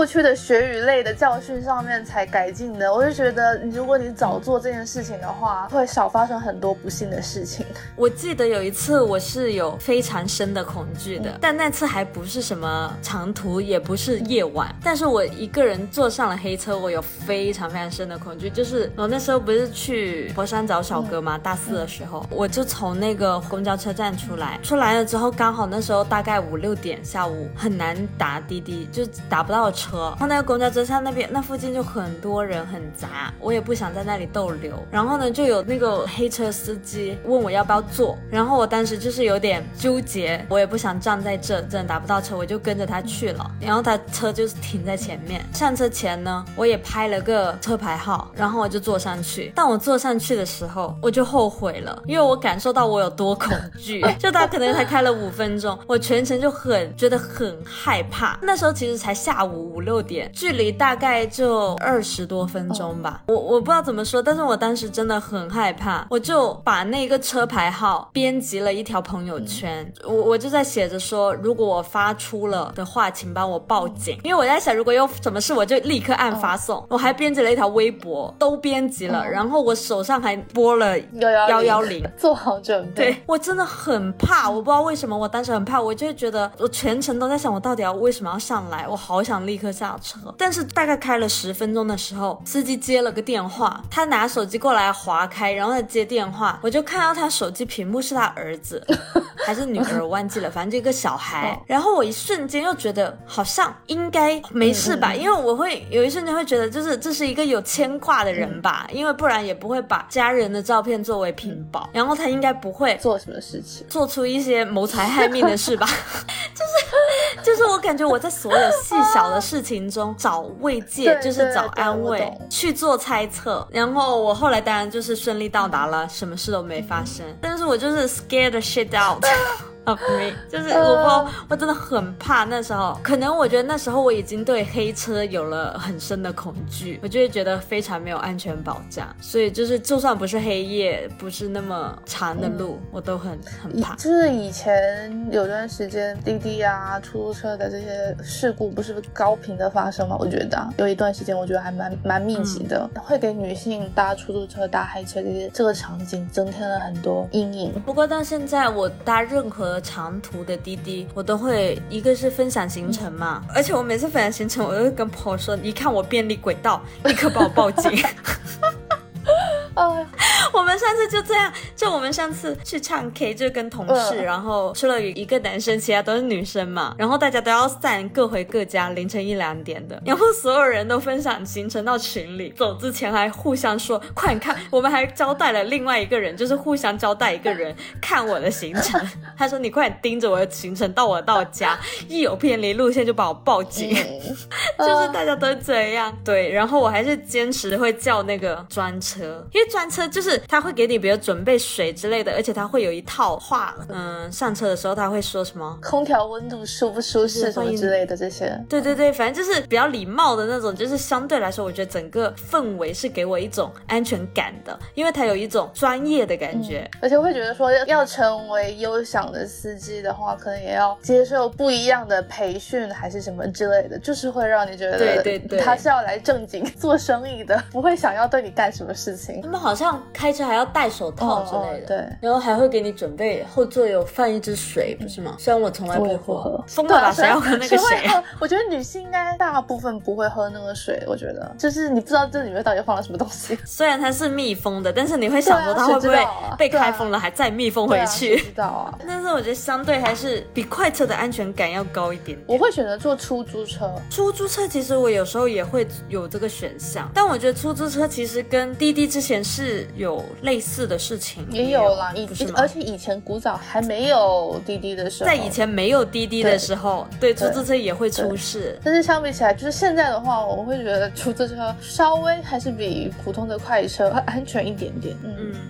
去的血与泪的教训上面才改进的。我就觉得如果你早做这件事情的话，会少发生很多不幸的事情。 我记得有一次我是有非常深的恐惧的、嗯、但那次还不是什么长途，也不是夜晚、嗯、但是我一个人坐上了黑车，我有非常非常深的恐惧。就是我那时候不是去佛山找小哥嘛、嗯、大四的时候、嗯、我就从那个公交车站出来出来了之后，刚好那时候大概五六点下午，很难打滴滴，就打不到车，然后那个公交车站那边那附近就很多人很杂，我也不想在那里逗留。然后呢就有那个黑车司机问我要不要坐，然后我当时就是有点纠结，我也不想站在这真的打不到车，我就跟着他去了。然后他车就是停在前面，上车前呢我也拍了个车牌号，然后我就坐上去。当我坐上去的时候我就后悔了，因为我感受到我有多恐惧就他可能才开了五分钟，我全程就很觉得很害怕。那时候其实才下午五六点，距离大概就二十多分钟吧，我我不知道怎么说，但是我当时真的很害怕，我就把那个车牌号编辑了一条朋友圈、嗯、我我就在写着说，如果我发出了的话请帮我报警、嗯、因为我在想如果有什么事我就立刻按发送、嗯、我还编辑了一条微博，都编辑了、嗯、然后我手上还拨了一一零， 做好准备。 对，我真的很怕，我不知道为什么我当时很怕，我就会觉得我全程都在想我到底要为什么要上来，我好想立刻下车。但是大概开了十分钟的时候，司机接了个电话，他拿手机过来划开，然后他接电话，我就看到他手机屏幕是他儿子还是女儿忘记了，反正就一个小孩、哦、然后我一瞬间又觉得好像应该没事吧、嗯嗯、因为我会有一瞬间会觉得就是这是一个有牵挂的人吧、嗯、因为不然也不会把家人的照片作为屏保、嗯、然后他应该不会做什么事情， 做出一些谋财害命的事吧就是就是我感觉我在所有细小的事情中找慰藉就是找安慰，去做猜测。然后我后来当然就是顺利到达了，什么事都没发生，但是我就是 scared the shit out of me 就是我不知道，我真的很怕。那时候可能我觉得那时候我已经对黑车有了很深的恐惧，我就会觉得非常没有安全保障，所以就是就算不是黑夜，不是那么长的路、嗯、我都很很怕。 就是以前有段时间滴滴啊出租车的这些事故不是高频的发生吗？我觉得、啊、有一段时间我觉得还蛮蛮密集的、嗯、会给女性搭出租车搭黑车这些这个场景增添了很多阴影。 不过到现在我搭任何长途的滴滴我都会，一个是分享行程嘛、嗯、而且我每次分享行程我都会跟朋友说，你看我便利轨道立刻帮我报警哦，我们上次就这样，就我们上次去唱 K 就跟同事、嗯、然后除了一个男生其他都是女生嘛，然后大家都要散各回各家，凌晨一两点的，然后所有人都分享行程到群里，走之前还互相说快点看，我们还交代了另外一个人，就是互相交代一个人看我的行程他说你快点盯着我的行程到我到家，一有偏离路线就把我报警、嗯、就是大家都这样。对，然后我还是坚持会叫那个专车，因为专车就是他会给你比如准备水之类的，而且他会有一套话，嗯，上车的时候他会说什么空调温度舒不舒适什么之类的这些。 对对对，反正就是比较礼貌的那种，就是相对来说我觉得整个氛围是给我一种安全感的，因为他有一种专业的感觉、 嗯、而且我会觉得说要成为优享的司机的话，可能也要接受不一样的培训还是什么之类的，就是会让你觉得对对对， 他是要来正经做生意的，不会想要对你干什么事情。 他们好像开车还要戴手套之类的、哦哦、 对， 然后还会给你准备后座有放一支水、嗯、不是吗？虽然我从来不喝，疯了吧，谁要喝那个水啊？ 我觉得女性应该大部分不会喝那个水，我觉得就是你不知道这里面到底放了什么东西。 虽然它是密封的，但是你会想说它会不会被开封了还再密封回去、 啊啊、知道啊。 但是我觉得相对还是比快车的安全感要高一点点。 我会选择坐出租车。 出租车其实我有时候也会有这个选项，但我觉得出租车其实跟滴滴之前是有类似的事情。 也有啦，以而且以前古早还没有滴滴的时候， 在以前没有滴滴的时候，对，对出租车也会出事。 但是相比起来，就是现在的话，我会觉得出租车稍微还是比普通的快车安全一点点。嗯。嗯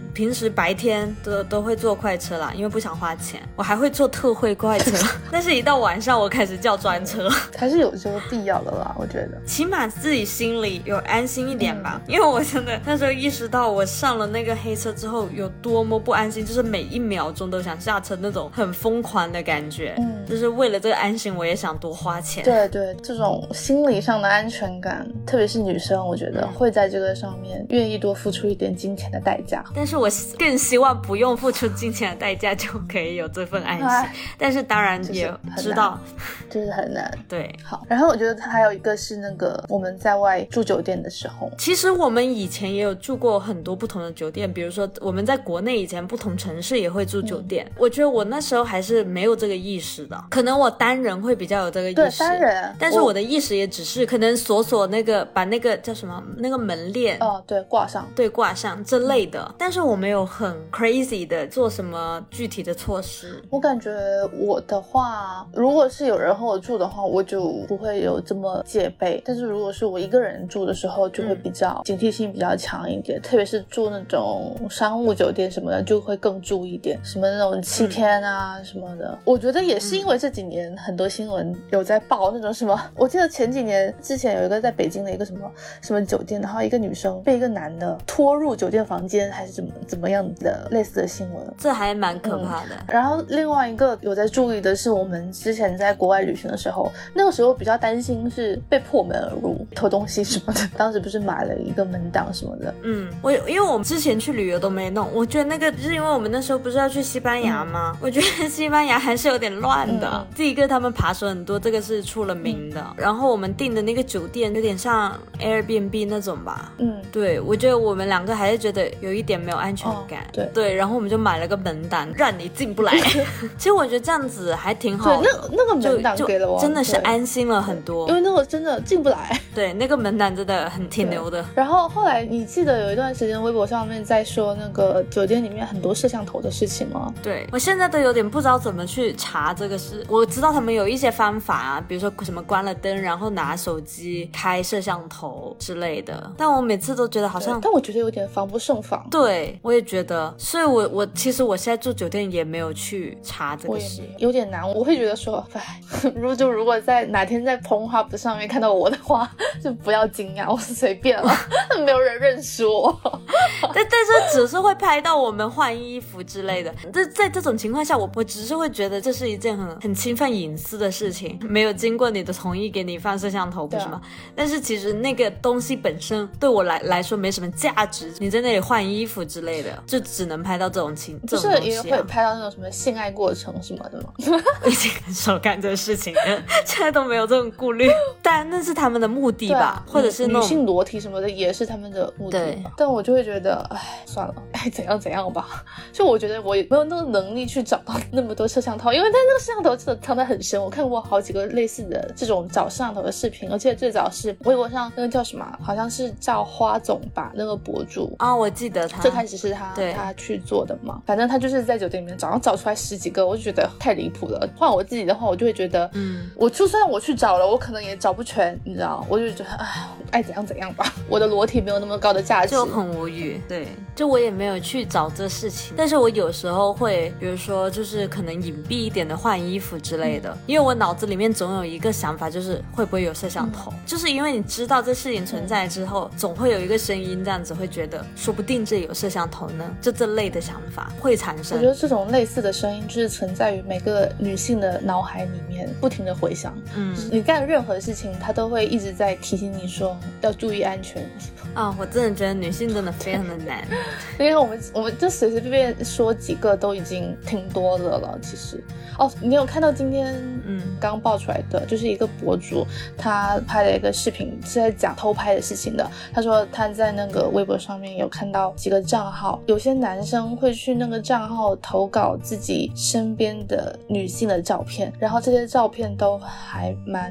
平时白天都都会坐快车啦，因为不想花钱，我还会坐特惠快车但是一到晚上我开始叫专车还是有这个必要的啦，我觉得起码自己心里有安心一点吧、嗯、因为我真的那时候意识到我上了那个黑车之后有多么不安心，就是每一秒钟都想下车那种很疯狂的感觉、嗯、就是为了这个安心我也想多花钱。 对对，这种心理上的安全感，特别是女生我觉得会在这个上面愿意多付出一点金钱的代价、 嗯、但是我更希望不用付出金钱的代价就可以有这份安心，但是当然也知道就是很难。 对， 好，然后我觉得还有一个是那个我们在外住酒店的时候， 其实我们以前也有住过很多不同的酒店，比如说我们在国内以前不同城市也会住酒店、嗯、我觉得我那时候还是没有这个意识的，可能我单人会比较有这个意识， 对，单人， 但是我的意识也只是可能锁锁那个把那个叫什么那个门链哦，对，挂上， 对，挂上这类的、嗯、但是我没有很 crazy 的做什么具体的措施。 我感觉我的话，如果是有人和我住的话我就不会有这么戒备，但是如果是我一个人住的时候就会比较、嗯、警惕性比较强一点，特别是住那种商务酒店什么的就会更注意一点，什么那种七天啊、嗯、什么的。我觉得也是因为这几年很多新闻有在报那种什么，我记得前几年之前有一个在北京的一个什么什么酒店，然后一个女生被一个男的拖入酒店房间还是怎么怎么样的类似的新闻， 这还蛮可怕的、 嗯、然后另外一个有在注意的是我们之前在国外旅行的时候，那个时候比较担心是被破门而入偷东西什么的，当时不是买了一个门档什么的。 嗯，我因为我们之前去旅游都没弄，我觉得那个就是因为我们那时候不是要去西班牙吗、嗯、我觉得西班牙还是有点乱的、嗯、第一个他们扒手很多，这个是出了名的、嗯、然后我们订的那个酒店有点像 Airbnb 那种吧。嗯，对，我觉得我们两个还是觉得有一点没有安全感、哦、对对，然后我们就买了个门档让你进不来其实我觉得这样子还挺好的， 对，那那个门档给了我真的是安心了很多， 因为那个真的进不来， 对，那个门档真的很挺牛的。 然后后来你记得有一段时间微博上面在说那个酒店里面很多摄像头的事情吗？ 对，我现在都有点不知道怎么去查这个事。我知道他们有一些方法啊，比如说什么关了灯然后拿手机开摄像头之类的，但我每次都觉得好像， 但我觉得有点防不胜防。 对，我也觉得，所以我我其实我现在住酒店也没有去查这个事， 有点难。我会觉得说，哎，如果就如果在哪天在 Pornhub 上面看到我的话，就不要惊讶，我是随便了没有人认识我但但是只是会拍到我们换衣服之类的，这在这种情况下我我只是会觉得这是一件很很侵犯隐私的事情，没有经过你的同意给你放摄像头不是吗、啊、但是其实那个东西本身对我来来说没什么价值，你在那里换衣服之类的就只能拍到这种情不是这种东西、 啊、也会拍到那种什么性爱过程什么的吗我已经很少干这个事情了现在都没有这种顾虑但那是他们的目的吧、啊、或者是那种女性裸体什么的也是他们的目的吧，但我就会觉得哎算了，哎怎样怎样吧，就我觉得我也没有那个能力去找到那么多摄像头，因为它那个摄像头真的藏得很深，我看过好几个类似的这种找摄像头的视频，而且最早是微博上那个叫什么好像是叫花总吧，那个博主啊、哦，我记得他最开始是他他去做的嘛，反正他就是在酒店里面找，然后找出来十几个，我就觉得太离谱了。换我自己的话我就会觉得嗯，我就算我去找了我可能也找不全，你知道，我就觉得哎爱怎样怎样吧，我的裸体没有那么高的价值， 就很无语。对，就我也没有去找这事情，但是我有时候会比如说就是可能隐蔽一点的换衣服之类的、嗯、因为我脑子里面总有一个想法，就是会不会有摄像头、嗯、就是因为你知道这事情存在之后、嗯、总会有一个声音这样子会觉得说不定这里有摄像头呢，就这类的想法会产生。 我觉得这种类似的声音就是存在于每个女性的脑海里面不停的回响，嗯，就是你干任何事情它都会一直在提醒你说要注意安全啊、哦，我真的觉得女性真的非常的难因为我们我们就随随便便说几个都已经挺多的了其实。哦，你有看到今天嗯刚爆出来的就是一个博主他拍了一个视频是在讲偷拍的事情的，他说他在那个微博上面有看到几个账号，有些男生会去那个账号投稿自己身边的女性的照片，然后这些照片都还蛮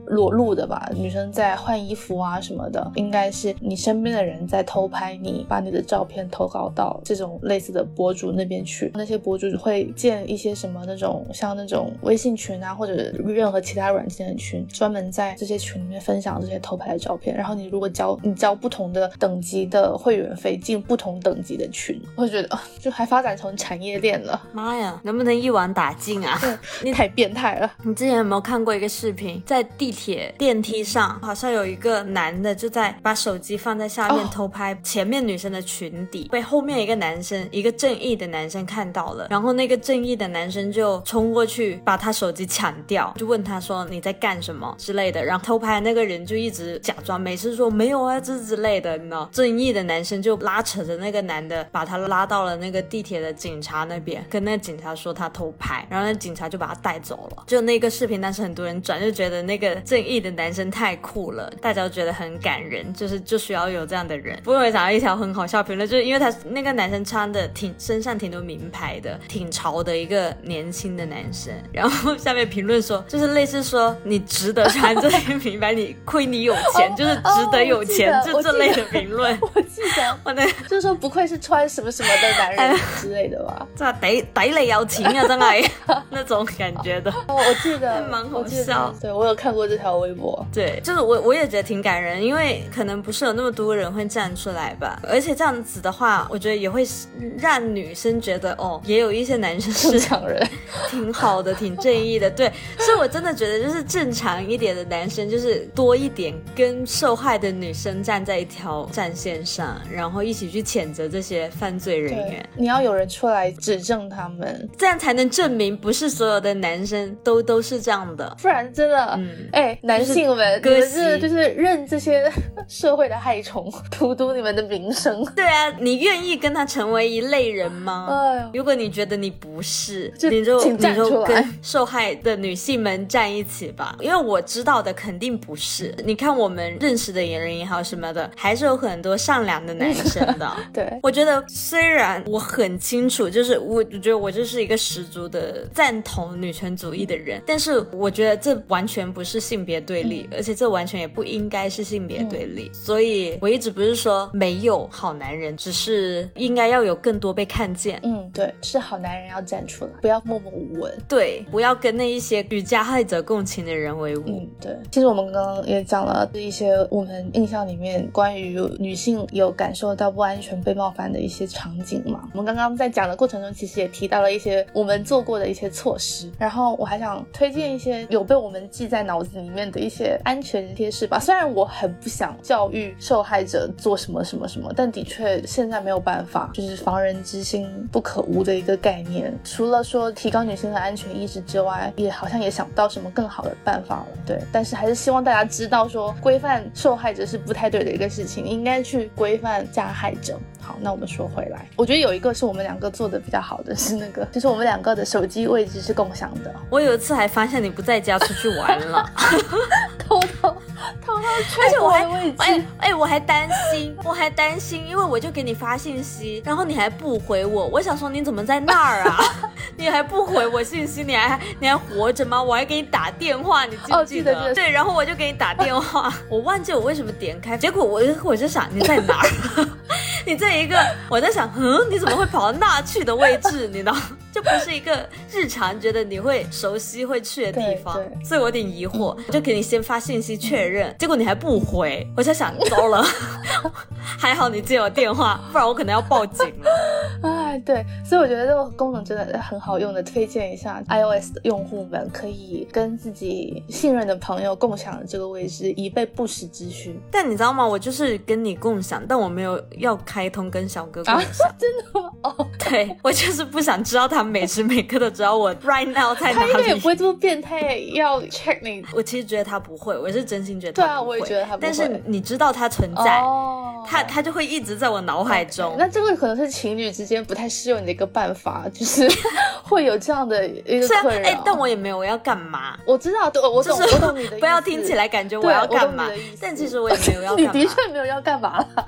裸露的吧，女生在换衣服啊什么的，应该是你身边的人在偷拍你，把你的照片投稿到这种类似的博主那边去，那些博主会建一些什么那种像那种微信群啊或者任何其他软件的群，专门在这些群里面分享这些偷拍的照片，然后你如果交你交不同的等级的会员费进不同等级的群，我就觉得、哦、就还发展成产业链了。 妈呀，能不能一网打尽啊？ 你太变态了。 你之前有没有看过一个视频，在地铁电梯上好像有一个男的就在把手机放在下面偷拍前面女生的裙底、哦、被后面一个男生一个正义的男生看到了，然后那个正义的男生就冲过去把他手机抢掉，就问他说你在干什么之类的，然后偷拍那个人就一直假装没事说没有啊这之类的，你知道，正义的男生就拉扯着那个男的把他拉到了那个地铁的警察那边，跟那个警察说他偷拍，然后那警察就把他带走了。就那个视频当时很多人转，就觉得那个正义的男生太酷了，大家都觉得很感人，就是就需要有这样的人。不过我想到一条很好笑评论，就是因为他那个男生穿的挺身上挺多名牌的，挺潮的一个年轻的男生，然后下面评论说就是类似说你值得穿这些名牌，你亏你有钱、哦、就是值得有钱、哦、就这类的评论。 我记得我的就是说不愧是穿什么什么的男人之类的吧， 真係抵抵你有錢啊，真係那種感覺的。 哦、我記得蠻好笑， 對，我有看過這條微博。 對，就是我我也覺得挺感人，因為可能不是有那麼多人會站出來吧，而且這樣子的話我覺得也會讓女生覺得哦，也有一些男生是正常人挺好的挺正義的。對，所以我真的覺得就是正常一點的男生就是多一點跟受害的女生站在一條戰線上，然後一起去譴責這些犯罪人員。 你要有人出來指證他們， 這樣才能證明不是所有的男生都都是這樣的， 不然真的嗯，哎，男性們你們是就是認這些社會的害蟲，荼毒你們的名聲。 對啊，你願意跟他成為一類人嗎？哎，如果你覺得你不是，就你就你就跟受害的女性們站一起吧，因為我知道的肯定不是。你看我們認識的人也好什麼的，還是有很多善良的男生的。 對， 我覺得雖然我很清楚，就是我覺得我就是一個十足的贊同女權主義的人，但是我覺得這完全不是性別對立、嗯、而且這完全也不應該是性別對立、嗯、所以我一直不是說沒有好男人，只是應該要有更多被看見。 嗯，對，是好男人要站出來，不要默默無聞。 對，不要跟那一些與加害者共情的人為伍。 嗯，對，其實我們剛剛也講了一些我們印象裡面關於女性有感受到不安全被冒犯的一些場景嘛。我們剛剛在講的過程中其實也提到了一些我們做過的一些措施，然後我還想推薦一些有被我們記在腦子裡面的一些安全貼士吧。雖然我很不想教育受害者做什麼什麼什麼，但的確現在沒有辦法，就是防人之心不可無的一個概念，除了說提高女性的安全意識之外，也好像也想不到什麼更好的辦法了。對，但是還是希望大家知道說規範受害者是不太對的一個事情，應該去規範加害者。好，那我們說回來，我覺得有一個是我們兩個做的比較好的是那個，就是我們兩個的手機位置是共享的。 我有一次還發現你不在家出去玩了偷偷偷偷去， 而且我還哎哎，我還擔心我還擔心因為我就給你發信息，然後你還不回我，我想說你怎麼在那兒啊你還不回我信息，你還你還活着嗎？我還給你打電話，你記不記得？哦，記得記得。對，然後我就給你打電話我忘記我為什麼點開，結果我我就想你在哪兒你在一個我在想嗯你怎麼會跑到那去的位置你知道就不是一個日常覺得你會熟悉會去的地方，所以我有點疑惑，我就給你先發信息確認，結果你還不回，我就想糟了還好你接我電話，不然我可能要報警了哎，對，所以我覺得這個功能真的很好用的，推薦一下 iOS 的用戶們可以跟自己信任的朋友共享這個位置，以備不時之需。 但你知道嗎，我就是跟你共享，但我沒有要開通跟小哥共享。 啊，真的嗎？哦， 對，我就是不想知道他每時每刻都知道我 right now 在哪裡。 他應該也不會這麼變態要 check 你。 我其實覺得他不會，我是真心覺得他不會。 對啊，我也覺得他不會。 但是你知道他存在， 哦， 他他就會一直在我腦海中。 Okay, 那這個可能是情侶之間不太適用的一個辦法，就是會有這樣的一個困擾。 哎， 但我也沒有要幹嘛。 我知道，對，我懂， 就是、 我懂你的意思。 不要聽起來感覺我要幹嘛，但其實我也沒有要幹嘛。 你的確沒有要幹嘛啦。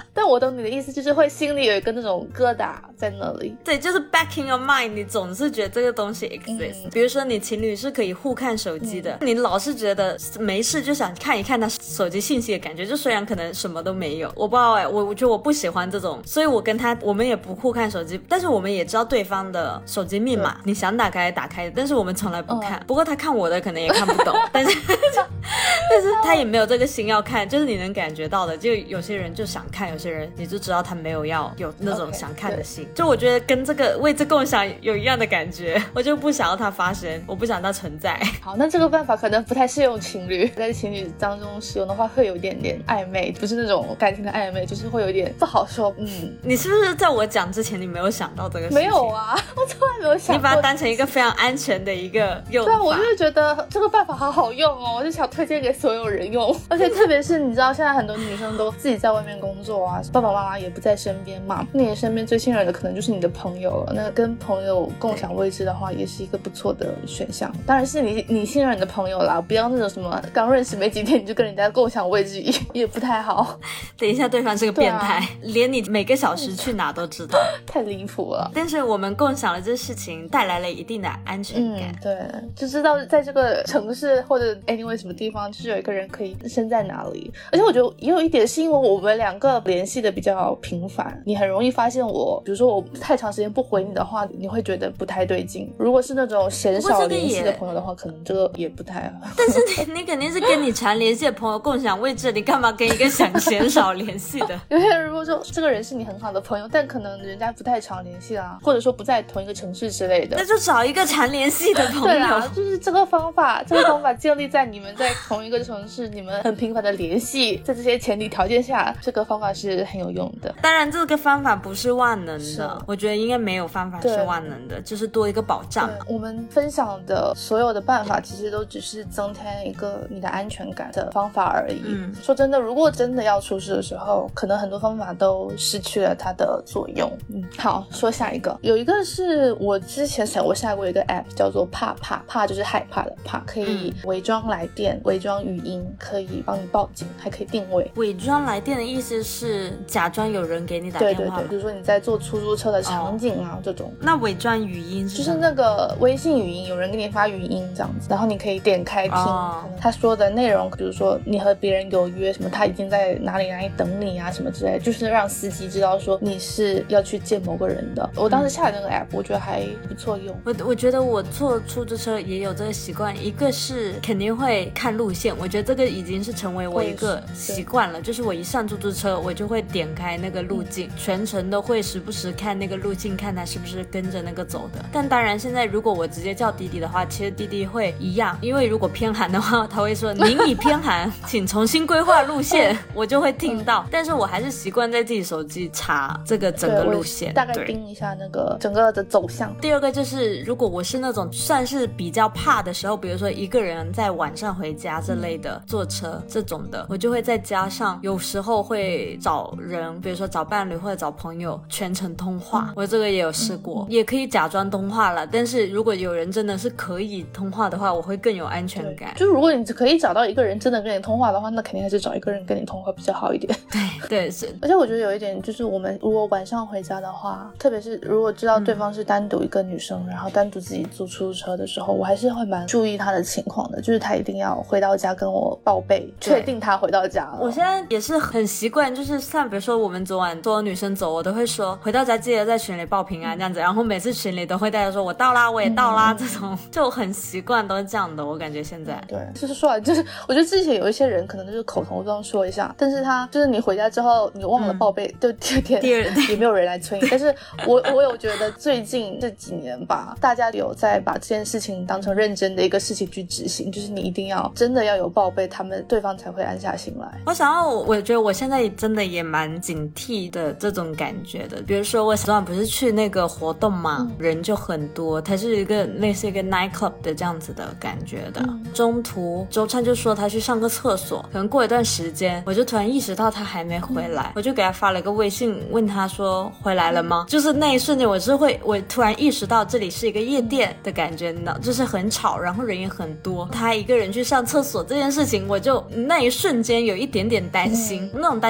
但我懂你的意思，就是会心里有一个那种疙瘩在那里。 对，就是 back in your mind， 你总是觉得这个东西 exist、嗯、比如说你情侣是可以互看手机的、嗯、你老是觉得没事就想看一看他手机信息的感觉，就虽然可能什么都没有，我不知道哎、欸，我我觉得我不喜欢这种，所以我跟他我们也不互看手机，但是我们也知道对方的手机密码，你想打开打开，但是我们从来不看、嗯、不过他看我的可能也看不懂但是但是他也没有这个心要看，就是你能感觉到的，就有些人就想看，有些人你就知道他没有要有那种想看的心、okay, 就我觉得跟这个位置共享有一样的感觉，我就不想要它发生，我不想它存在。 好，那这个办法可能不太适用情侣，在情侣当中使用的话会有一点点暧昧，不是那种感情的暧昧，就是会有点不好说。嗯， 你是不是在我讲之前你没有想到这个事情？ 没有啊，我从来没有想过。 你把它当成一个非常安全的一个用法。 对，我就是觉得这个办法好好用哦，我就想推荐给所有人用。而且特别是你知道现在很多女生都自己在外面工作啊，爸爸妈妈也不在身边嘛，那你身边最信任的可能就是你的朋友了，那跟朋友共享位置的话也是一个不错的选项。当然是你你信任你的朋友啦，不要那种什么刚认识没几天你就跟人家共享位置也不太好。 等一下对方是个变态、啊、连你每个小时去哪都知道太离谱了。 但是我们共享了这事情带来了一定的安全感、 嗯、对，就知道在这个城市或者 anyway 什么地方就是有一个人可以身在哪里。而且我觉得也有一点是因为我们两个联系的比较频繁，你很容易发现我比如说我太长时间不回你的话你会觉得不太对劲，如果是那种鲜少联系的朋友的话可能这个也不太好。 但是你你肯定是跟你常联系的朋友共享位置，你干嘛跟一个想鲜少联系的有些人如果说这个人是你很好的朋友但可能人家不太常联系啊，或者说不在同一个城市之类的， 那就找一个常联系的朋友。对啊，就是这个方法这个方法建立在你们在同一个城市你们很频繁的联系，在这些前提条件下这个方法是很有用的。 当然这个方法不是万能的，我觉得应该没有方法是万能的，就是多一个保障嘛。 我们分享的所有的办法其实都只是增添一个你的安全感的方法而已、嗯、说真的如果真的要出事的时候可能很多方法都失去了它的作用。嗯，好，说下一个，有一个是我之前想我下过一个 app 叫做怕怕怕，就是害怕的怕，可以伪装来电、伪装语音，可以帮你报警，还可以定位。 伪装来电的意思是假装有人给你打电话？ 对对对，比如说你在坐出租车的场景啊、哦、这种。 那伪装语音是就是那个微信语音，有人给你发语音这样子，然后你可以点开听、哦、可能他说的内容，比如说你和别人有约什么，他已经在哪里哪里等你啊什么之类的，就是让司机知道说你是要去见某个人的。我当时下载那个 app、嗯、我觉得还不错用。 我我觉得我坐出租车也有这个习惯，一个是肯定会看路线，我觉得这个已经是成为我一个习惯了，就是我一上出租车我就会点开那个路径、嗯、全程都会时不时看那个路径，看他是不是跟着那个走的。但当然现在如果我直接叫滴滴的话，其实滴滴会一样，因为如果偏寒的话他会说您已偏寒请重新规划路线我就会听到、嗯、但是我还是习惯在自己手机查这个整个路线， 大概盯一下那个整个的走向。 第二个就是如果我是那种算是比较怕的时候，比如说一个人在晚上回家之类的、嗯、坐车这种的，我就会再加上有时候会找人，比如说找伴侣或者找朋友全程通话、嗯、我这个也有试过、嗯、也可以假装通话了，但是如果有人真的是可以通话的话我会更有安全感。 就如果你可以找到一个人真的跟你通话的话，那肯定还是找一个人跟你通话比较好一点。 对对是。 而且我觉得有一点就是我们如果晚上回家的话，特别是如果知道对方是单独一个女生、嗯、然后单独自己坐出租车的时候，我还是会蛮注意她的情况的，就是她一定要回到家跟我报备，确定她回到家了。 我现在也是很习惯，就是像比如说我们昨晚所有女生走，我都会说回到家记得在群里报平安这样子，然后每次群里都会大家说我到啦我也到啦、嗯、这种就很习惯都是这样的。我感觉现在对就是说来就是我觉得之前有一些人可能就是口头上说一下，但是他就是你回家之后你忘了报备、嗯、就第二天第二也没有人来催你。但是我我有觉得最近这几年吧，大家有在把这件事情当成认真的一个事情去执行，就是你一定要真的要有报备，他们对方才会安下心来。 我想要我觉得我现在真的也蛮警惕的这种感觉的，比如说我昨晚不是去那个活动嘛、嗯、人就很多，它是一个类似一个 night club 的这样子的感觉的、嗯、中途周灿就说他去上个厕所，可能过一段时间我就突然意识到他还没回来、嗯、我就给他发了个微信问他说回来了吗、嗯、就是那一瞬间我是会我突然意识到这里是一个夜店的感觉呢，就是很吵然后人也很多，他一个人去上厕所这件事情我就那一瞬间有一点点担心、嗯、那种担心不是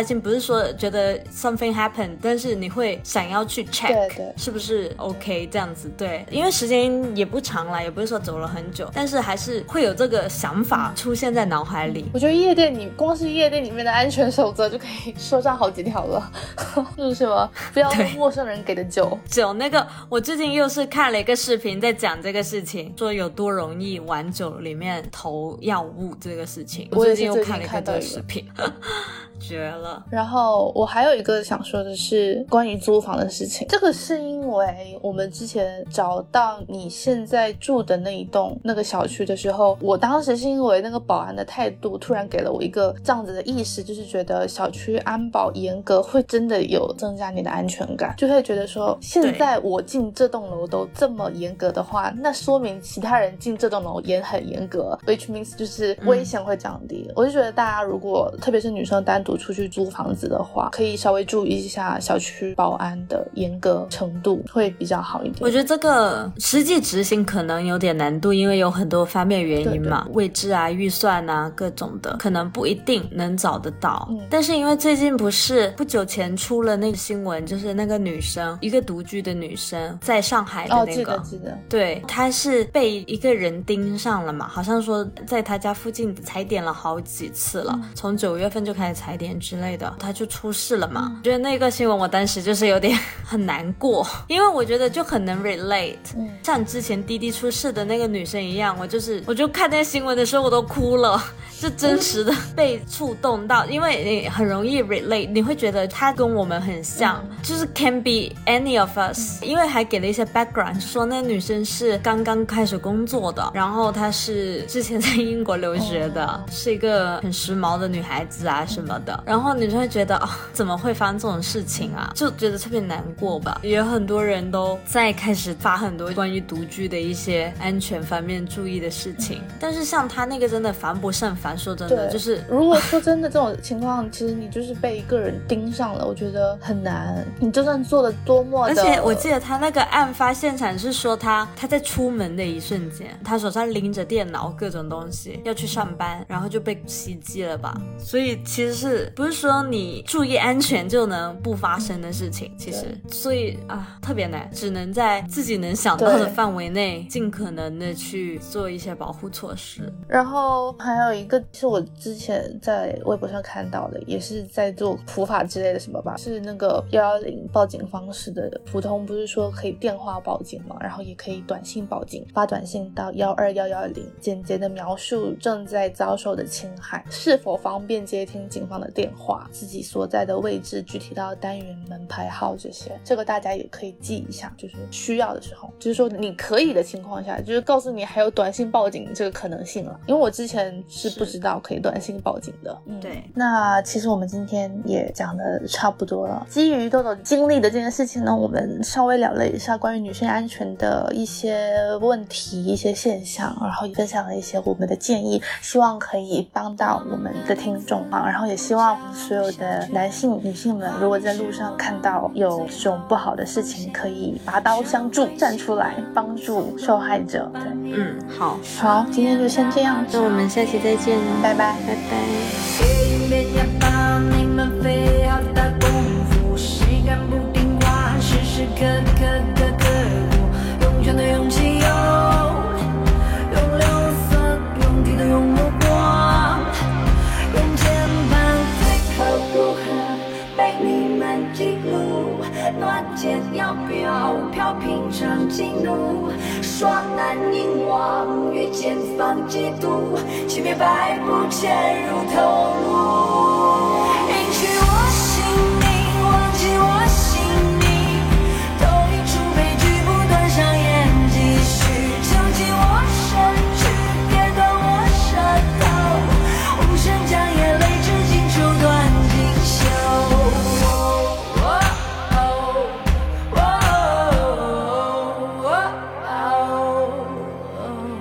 说觉得 something happened， 但是你会想要去 check 对对是不是 OK 这样子。对，因为时间也不长啦，也不是说走了很久，但是还是会有这个想法出现在脑海里。 我觉得夜店你光是夜店里面的安全守则就可以说上好几条了就是什么不要喝陌生人给的酒酒那个我最近又是看了一个视频在讲这个事情，说有多容易玩酒里面投药物这个事情。 我最近又最看了一个这个近看到一个视频绝了。 然后我还有一个想说的是关于租房的事情，这个是因为我们之前找到你现在住的那一栋那个小区的时候，我当时是因为那个保安的态度突然给了我一个这样子的意识，就是觉得小区安保严格会真的有增加你的安全感，就会觉得说现在我进这栋楼都这么严格的话，那说明其他人进这栋楼也很严格， which means 就是危险会降低、嗯、我就觉得大家如果特别是女生单独出去租房子的话，可以稍微注意一下小区保安的严格程度会比较好一点。 我觉得这个实际执行可能有点难度，因为有很多方面原因嘛，对对，位置啊预算啊各种的可能不一定能找得到、嗯、但是因为最近不是不久前出了那个新闻，就是那个女生一个独居的女生在上海的那个、哦、 记得记得， 对，她是被一个人盯上了嘛，好像说在她家附近踩点了好几次了、嗯、从九月份就开始踩点之类的，她就出事了嘛、嗯、我觉得那个新闻我当时就是有点很难过，因为我觉得就很能 relate、嗯、像之前滴滴出事的那个女生一样，我就是我就看那新闻的时候我都哭了，就真实的被触动到，因为你很容易 relate， 你会觉得她跟我们很像、嗯、就是 can be any of us、嗯、因为还给了一些 background， 说那女生是刚刚开始工作的，然后她是之前在英国留学的、哦、是一个很时髦的女孩子啊什么的、嗯、然后你就会觉得哦，怎么会发生这种事情啊，就觉得特别难过吧。也有很多人都在开始发很多关于独居的一些安全方面注意的事情、嗯、但是像她那个真的防不胜防，说真的就是如果说真的这种情况其实你就是被一个人盯上了，我觉得很难，你就算做的多么的， 而且我记得他那个案发现场是说他他在出门的一瞬间，他手上拎着电脑各种东西要去上班，然后就被袭击了吧。所以其实是不是说你注意安全就能不发生的事情，其实所以啊特别难，只能在自己能想到的范围内尽可能的去做一些保护措施。 然后还有一个是我之前在微博上看到的，也是在做普法之类的什么吧，是那个一一零报警方式的，普通不是说可以电话报警嘛，然后也可以短信报警，发短信到一二一一零，简洁的描述正在遭受的侵害，是否方便接听警方的电话，自己所在的位置，具体到单元门牌号这些，这个大家也可以记一下，就是需要的时候，就是说你可以的情况下，就是告诉你还有短信报警这个可能性了，因为我之前是不知道可以短信报警的。 嗯、对， 那其实我们今天也讲的差不多了，基于豆豆经历的这件事情呢，我们稍微聊了一下关于女性安全的一些问题一些现象，然后也分享了一些我们的建议，希望可以帮到我们的听众啊，然后也希望所有的男性女性们如果在路上看到有这种不好的事情，可以拔刀相助，站出来帮助受害者。对， 嗯，好好，今天就先这样， 那我们下期再见了， 拜拜拜拜。 要把你们费好大功夫，时间不听话，时时刻刻刻刻苦，用全的勇气，用用流色，用力的用目光，用键盘最后如何被你们记录，暖箭要飘飘平常激怒，双男凝望与前方嫉妒，欺骗百步潜入头颅，允许我姓名，忘记我姓名，投一出悲剧不断上演继续，囚禁我身躯，跌断我舌头，无声将眼泪织进绸缎锦绣。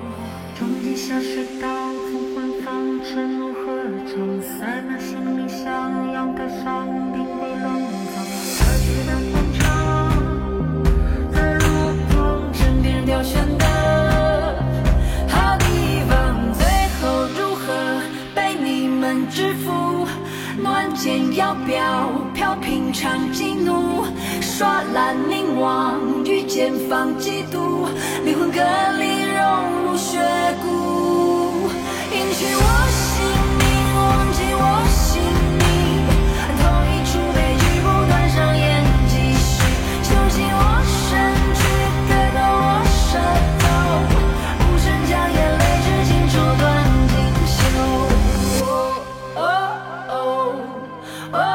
终极下水道，从幻方沉入河中，塞满行李箱。 飘飘平常激怒，耍烂凝望，遇见放嫉妒，灵魂隔离融入血骨，引起我姓名，忘记我姓名，同一出悲剧不断上演继续，囚禁我身躯，割断我舌头，无声将眼泪至今戳断锦绣。哦哦哦哦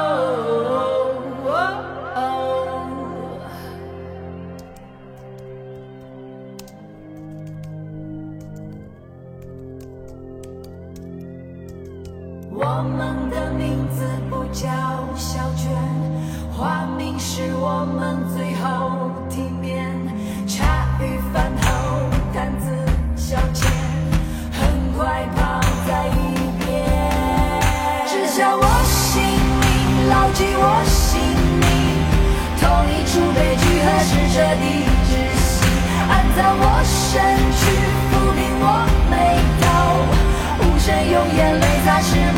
我们的名字不叫小娟，花名是我们最后体面，茶余饭后谈资消遣，很快抛在一边。只叫我姓名，牢记我姓名，同一出悲剧何时彻底窒息，安葬我身躯，抚平我眉头，无声用眼泪擦拭